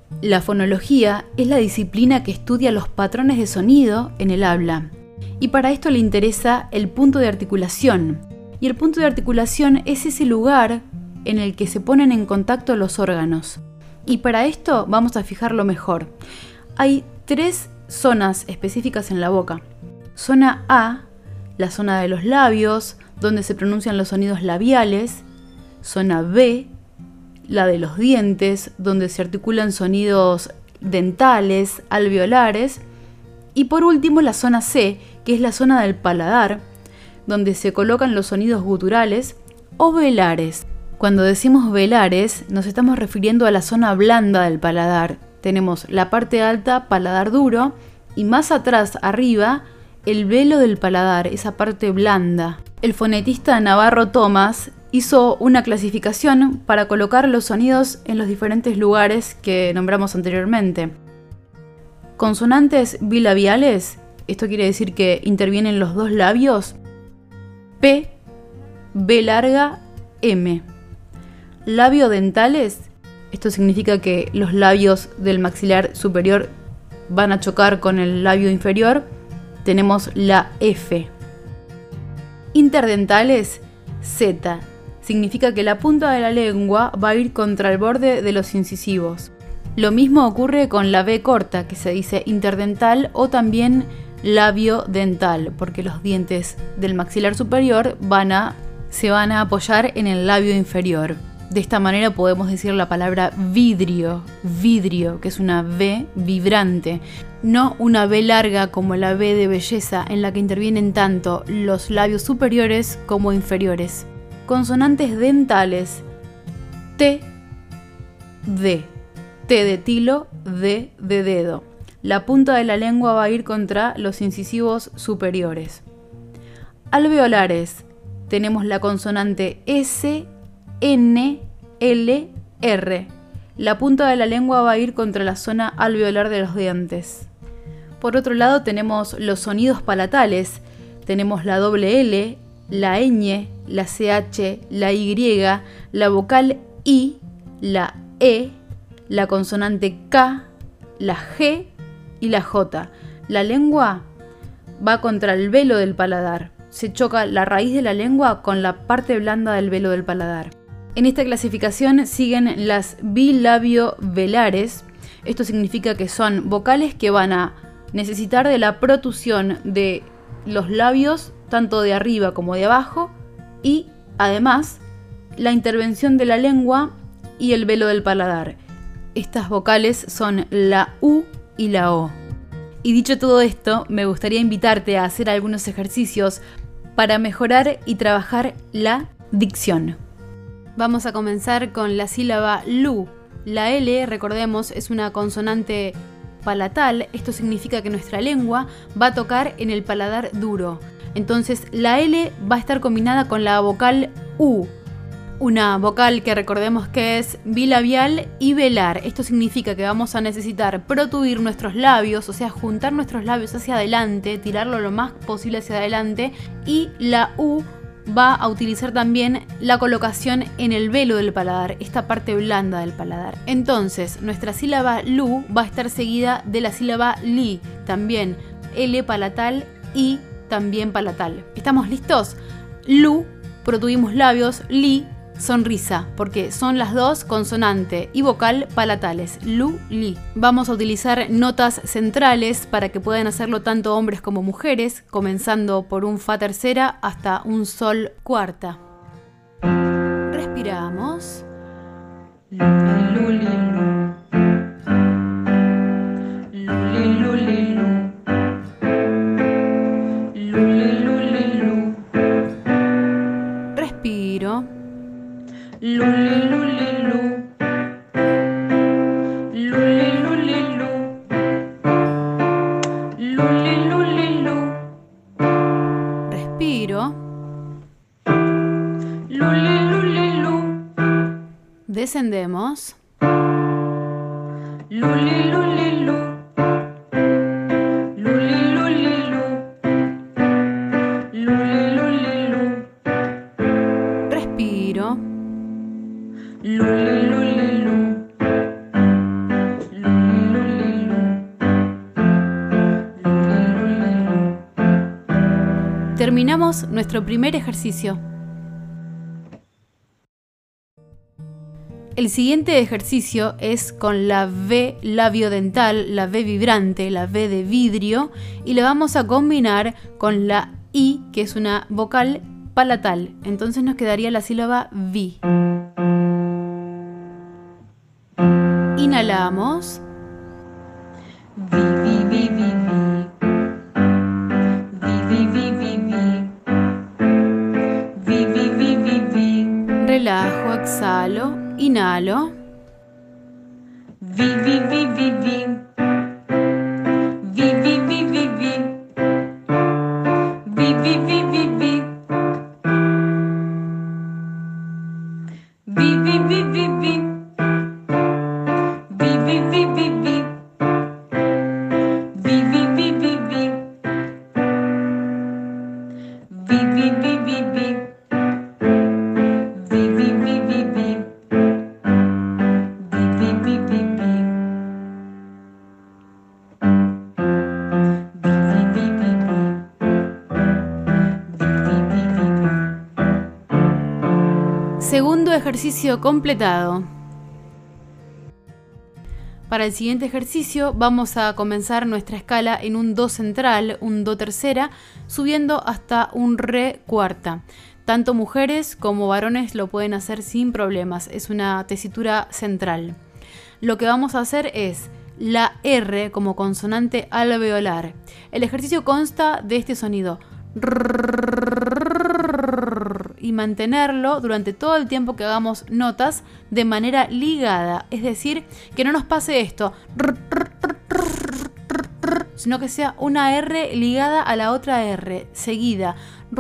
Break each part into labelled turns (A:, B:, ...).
A: La fonología es la disciplina que estudia los patrones de sonido en el habla. Y para esto le interesa el punto de articulación. Y el punto de articulación es ese lugar en el que se ponen en contacto los órganos. Y para esto vamos a fijarlo mejor. Hay 3 zonas específicas en la boca. Zona A, la zona de los labios, donde se pronuncian los sonidos labiales. Zona B, la de los dientes, donde se articulan sonidos dentales, alveolares. Y por último la zona C, que es la zona del paladar, donde se colocan los sonidos guturales o velares. Cuando decimos velares, nos estamos refiriendo a la zona blanda del paladar. Tenemos la parte alta, paladar duro, y más atrás, arriba, el velo del paladar, esa parte blanda. El fonetista Navarro Tomás hizo una clasificación para colocar los sonidos en los diferentes lugares que nombramos anteriormente. Consonantes bilabiales, esto quiere decir que intervienen los 2 labios. P, B larga, M. Labiodentales, esto significa que los labios del maxilar superior van a chocar con el labio inferior. Tenemos la F. Interdentales, Z. Significa que la punta de la lengua va a ir contra el borde de los incisivos. Lo mismo ocurre con la B corta, que se dice interdental o también labio dental, porque los dientes del maxilar superior se van a apoyar en el labio inferior. De esta manera podemos decir la palabra vidrio, que es una V vibrante, no una V larga como la V de belleza, en la que intervienen tanto los labios superiores como inferiores. Consonantes dentales, T, D, T de tilo, D de dedo. La punta de la lengua va a ir contra los incisivos superiores. Alveolares, tenemos la consonante S, N, L, R. La punta de la lengua va a ir contra la zona alveolar de los dientes. Por otro lado tenemos los sonidos palatales. Tenemos la doble L, la ñ, la CH, la Y, la vocal I, la E, la consonante K, la G y la J. La lengua va contra el velo del paladar. Se choca la raíz de la lengua con la parte blanda del velo del paladar. En esta clasificación siguen las bilabiovelares. Esto significa que son vocales que van a necesitar de la protusión de los labios, tanto de arriba como de abajo, y además la intervención de la lengua y el velo del paladar. Estas vocales son la U y la O. Y dicho todo esto, me gustaría invitarte a hacer algunos ejercicios para mejorar y trabajar la dicción. Vamos a comenzar con la sílaba LU. La L, recordemos, es una consonante palatal. Esto significa que nuestra lengua va a tocar en el paladar duro. Entonces la L va a estar combinada con la vocal U. Una vocal que recordemos que es bilabial y velar. Esto significa que vamos a necesitar protuir nuestros labios, o sea, juntar nuestros labios hacia adelante, tirarlo lo más posible hacia adelante, y la U va a utilizar también la colocación en el velo del paladar, esta parte blanda del paladar. Entonces, nuestra sílaba LU va a estar seguida de la sílaba LI, también L palatal y también palatal. ¿Estamos listos? LU, protuvimos labios, LI, sonrisa, porque son las dos consonante y vocal palatales, LU, LI. Vamos a utilizar notas centrales para que puedan hacerlo tanto hombres como mujeres, comenzando por un fa tercera hasta un sol cuarta. Respiramos. Respiro. Respiro. Descendemos. Respiro. Terminamos nuestro primer ejercicio. El siguiente ejercicio es con la V labiodental, la V vibrante, la V de vidrio, y la vamos a combinar con la I, que es una vocal palatal. Entonces nos quedaría la sílaba vi. Inhalamos.
B: Vi, vi, vi, vi, vi. Vi, vi, vi, vi, vi. Vi, vi, vi, vi, vi.
A: Relajo, exhalo, inhalo.
B: Vi, vi, vi, vi, vi. Vi, vi, vi, vi, vi. Vi, vi, vi, vi, vi. Vi, vi, vi, vi, vi. Vi, vi, vi, vi, vi. Vi, vi, vi, vi, vi. Vi, vi, vi, vi, vi. Vi, vi, vi, vi, vi. Vi, vi, vi, vi, vi.
A: Segundo ejercicio completado. Para el siguiente ejercicio vamos a comenzar nuestra escala en un Do central, un Do tercera, subiendo hasta un Re cuarta. Tanto mujeres como varones lo pueden hacer sin problemas, es una tesitura central. Lo que vamos a hacer es la R como consonante alveolar. El ejercicio consta de este sonido y mantenerlo durante todo el tiempo que hagamos notas de manera ligada, es decir, que no nos pase esto, sino que sea una R ligada a la otra R, seguida.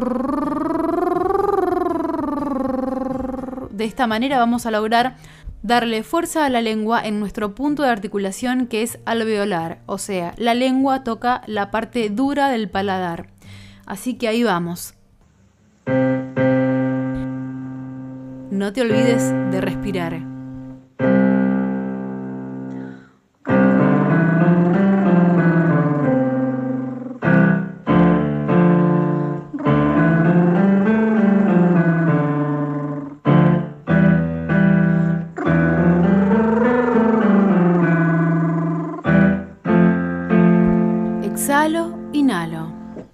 A: De esta manera vamos a lograr darle fuerza a la lengua en nuestro punto de articulación, que es alveolar, o sea, la lengua toca la parte dura del paladar. Así que ahí vamos. No te olvides de respirar. Exhalo, inhalo.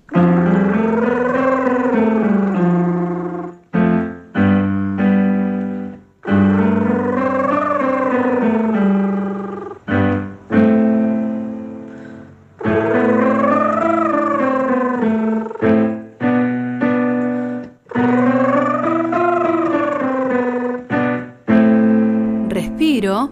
A: Respiro.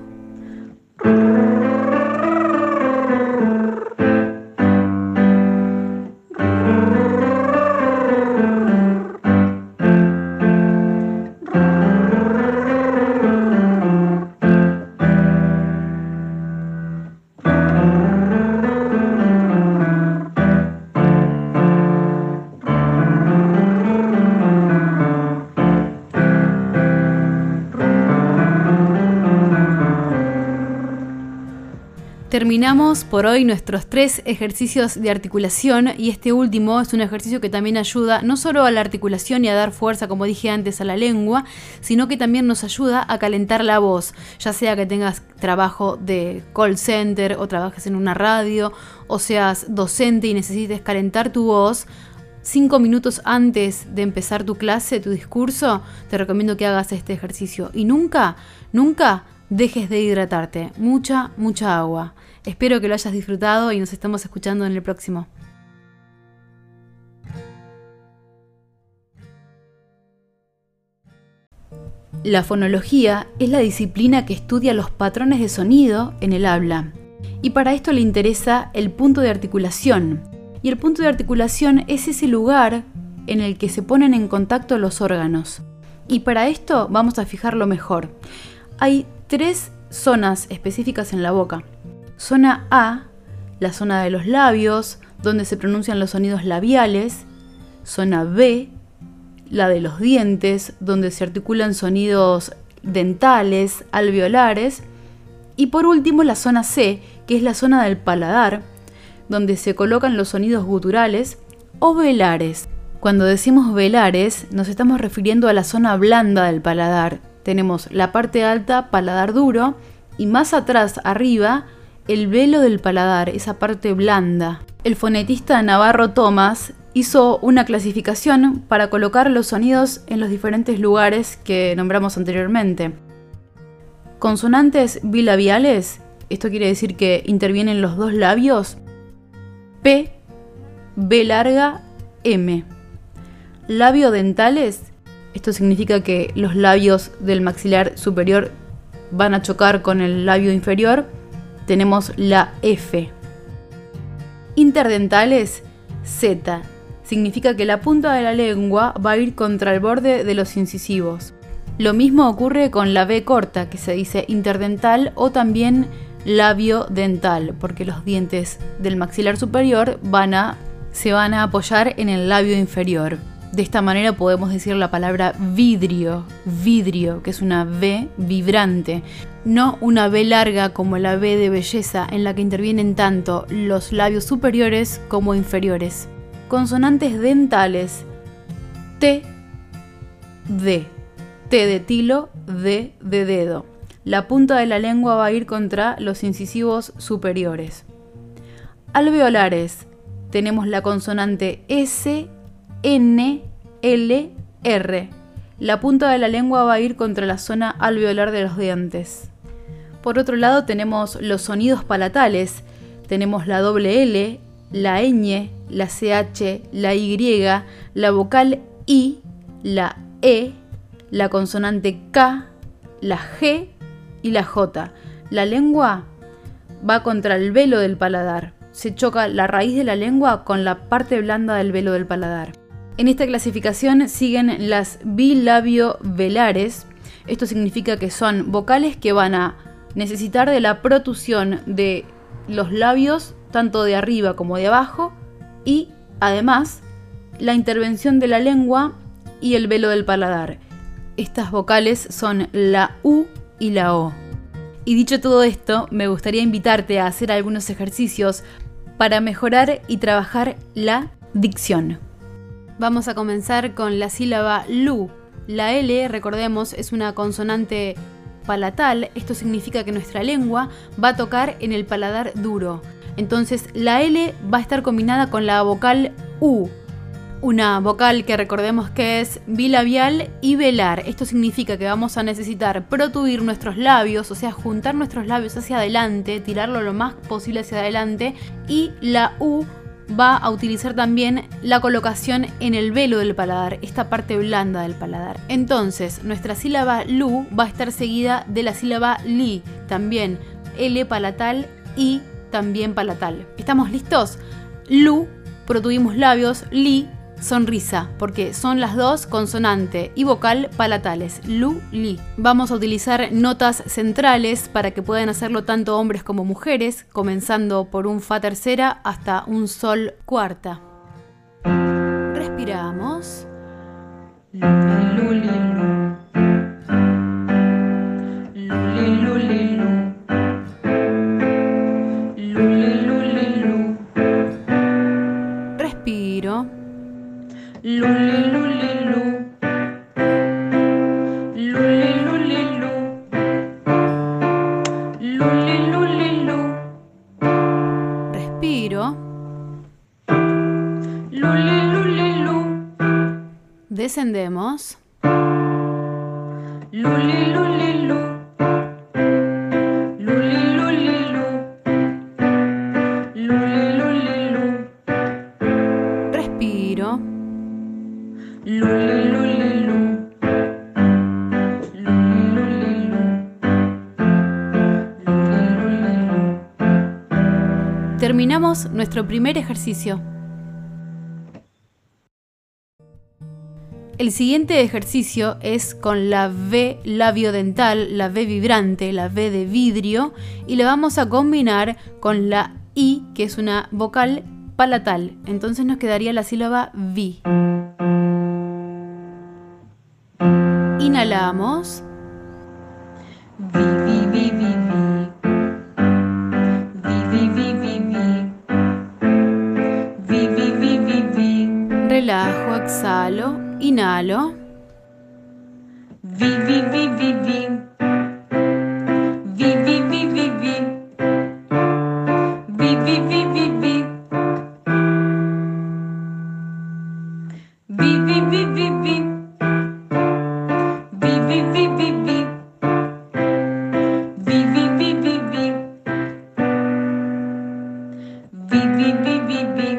A: Terminamos por hoy nuestros 3 ejercicios de articulación, y este último es un ejercicio que también ayuda no solo a la articulación y a dar fuerza, como dije antes, a la lengua, sino que también nos ayuda a calentar la voz, ya sea que tengas trabajo de call center o trabajes en una radio o seas docente y necesites calentar tu voz. 5 minutos antes de empezar tu clase, tu discurso, te recomiendo que hagas este ejercicio y nunca dejes de hidratarte. Mucha agua. Espero que lo hayas disfrutado y nos estamos escuchando en el próximo. La fonología es la disciplina que estudia los patrones de sonido en el habla. Y para esto le interesa el punto de articulación. Y el punto de articulación es ese lugar en el que se ponen en contacto los órganos. Y para esto vamos a fijarlo mejor. Hay 3 zonas específicas en la boca. Zona A, la zona de los labios, donde se pronuncian los sonidos labiales. Zona B, la de los dientes, donde se articulan sonidos dentales, alveolares. Y por último la zona C, que es la zona del paladar, donde se colocan los sonidos guturales o velares. Cuando decimos velares, nos estamos refiriendo a la zona blanda del paladar. Tenemos la parte alta, paladar duro, y más atrás, arriba, el velo del paladar, esa parte blanda. El fonetista Navarro Tomás hizo una clasificación para colocar los sonidos en los diferentes lugares que nombramos anteriormente. Consonantes bilabiales, esto quiere decir que intervienen los dos labios, P, B larga, M. Labiodentales, esto significa que los labios del maxilar superior van a chocar con el labio inferior, tenemos la F. Interdentales, Z, significa que la punta de la lengua va a ir contra el borde de los incisivos. Lo mismo ocurre con la B corta, que se dice interdental o también labio dental, porque los dientes del maxilar superior se van a apoyar en el labio inferior. De esta manera podemos decir la palabra vidrio, que es una V vibrante, no una V larga como la V de belleza, en la que intervienen tanto los labios superiores como inferiores. Consonantes dentales, T, D, T de tilo, D de dedo. La punta de la lengua va a ir contra los incisivos superiores. Alveolares, tenemos la consonante S, N, L, R. La punta de la lengua va a ir contra la zona alveolar de los dientes. Por otro lado tenemos los sonidos palatales. Tenemos la doble L, la ñ, la CH, la Y, la vocal I, la E, la consonante K, la G y la J. La lengua va contra el velo del paladar. Se choca la raíz de la lengua con la parte blanda del velo del paladar. En esta clasificación siguen las bilabiovelares. Esto significa que son vocales que van a necesitar de la protusión de los labios, tanto de arriba como de abajo, y además la intervención de la lengua y el velo del paladar. Estas vocales son la U y la O. Y dicho todo esto, me gustaría invitarte a hacer algunos ejercicios para mejorar y trabajar la dicción. Vamos a comenzar con la sílaba LU. La L, recordemos, es una consonante palatal. Esto significa que nuestra lengua va a tocar en el paladar duro. Entonces la L va a estar combinada con la vocal U. Una vocal que recordemos que es bilabial y velar. Esto significa que vamos a necesitar protuir nuestros labios, o sea, juntar nuestros labios hacia adelante, tirarlo lo más posible hacia adelante, y la U va a utilizar también la colocación en el velo del paladar, esta parte blanda del paladar. Entonces, nuestra sílaba LU va a estar seguida de la sílaba LI, también L palatal y también palatal. ¿Estamos listos? LU, protuvimos labios, LI, sonrisa, porque son las dos consonante y vocal palatales, LU, LI. Vamos a utilizar notas centrales para que puedan hacerlo tanto hombres como mujeres, comenzando por un fa tercera hasta un sol cuarta. Respiramos. Respiro. Respiro. Descendemos. Respiro. Terminamos nuestro primer ejercicio. El siguiente ejercicio es con la V labiodental, la V vibrante, la V de vidrio, y la vamos a combinar con la I, que es una vocal palatal. Entonces nos quedaría la sílaba VI. Inhalamos.
B: Vi, vi, vi, vi, vi. Vi, vi, vi, vi, vi. Vi, vi, vi, vi, vi.
A: Relajo exhalo, inhalo.
B: Vi, vi, vi, vi, vi. Vi, vi, vi, vi, vi. Vi, vi, vi, vi, vi. Vi, vi, vi, vi, vi. Vi, vi, vi, vi, vi. Vi, vi, vi, vi, vi. Vi, vi, vi, vi, vi.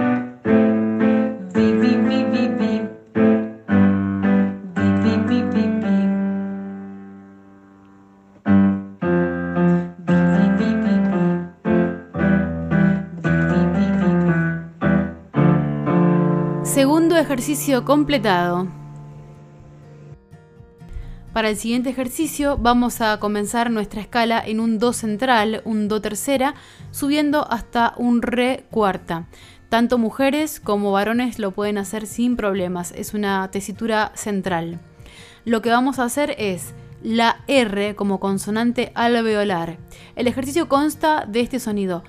B: Vi, vi, vi, vi, vi. Vi, vi, vi, vi, vi.
A: Segundo ejercicio completado. Para el siguiente ejercicio vamos a comenzar nuestra escala en un Do central, un Do tercera, subiendo hasta un Re cuarta. Tanto mujeres como varones lo pueden hacer sin problemas, es una tesitura central. Lo que vamos a hacer es la R como consonante alveolar. El ejercicio consta de este sonido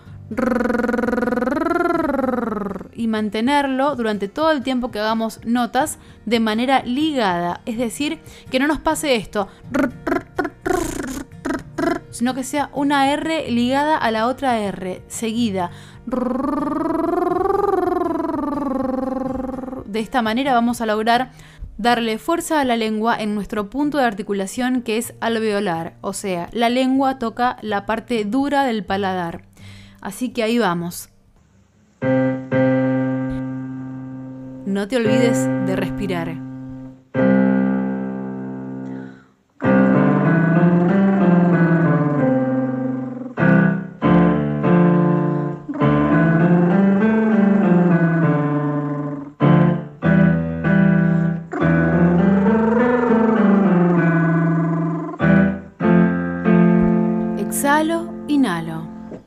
A: y mantenerlo durante todo el tiempo que hagamos notas de manera ligada, es decir, que no nos pase esto, sino que sea una R ligada a la otra R, seguida. De esta manera vamos a lograr darle fuerza a la lengua en nuestro punto de articulación, que es alveolar, o sea, la lengua toca la parte dura del paladar. Así que ahí vamos. No te olvides de respirar. Exhalo, inhalo.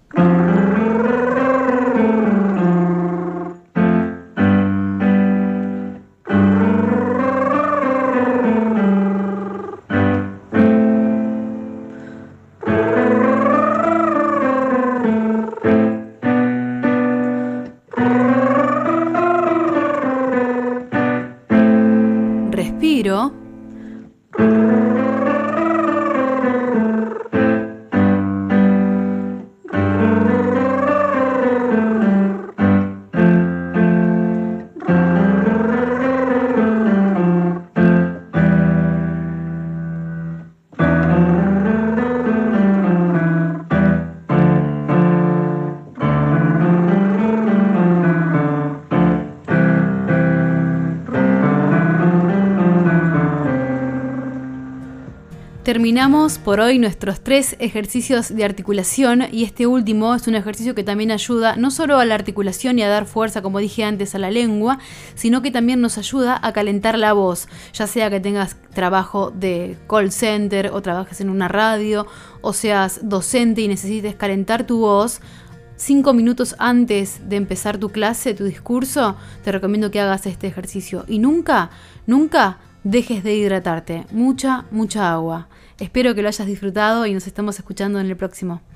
A: Respiro. Terminamos por hoy nuestros 3 ejercicios de articulación y este último es un ejercicio que también ayuda no solo a la articulación y a dar fuerza, como dije antes, a la lengua, sino que también nos ayuda a calentar la voz, ya sea que tengas trabajo de call center o trabajes en una radio o seas docente y necesites calentar tu voz. 5 minutos antes de empezar tu clase, tu discurso, te recomiendo que hagas este ejercicio y nunca dejes de hidratarte. Mucha agua. Espero que lo hayas disfrutado y nos estamos escuchando en el próximo.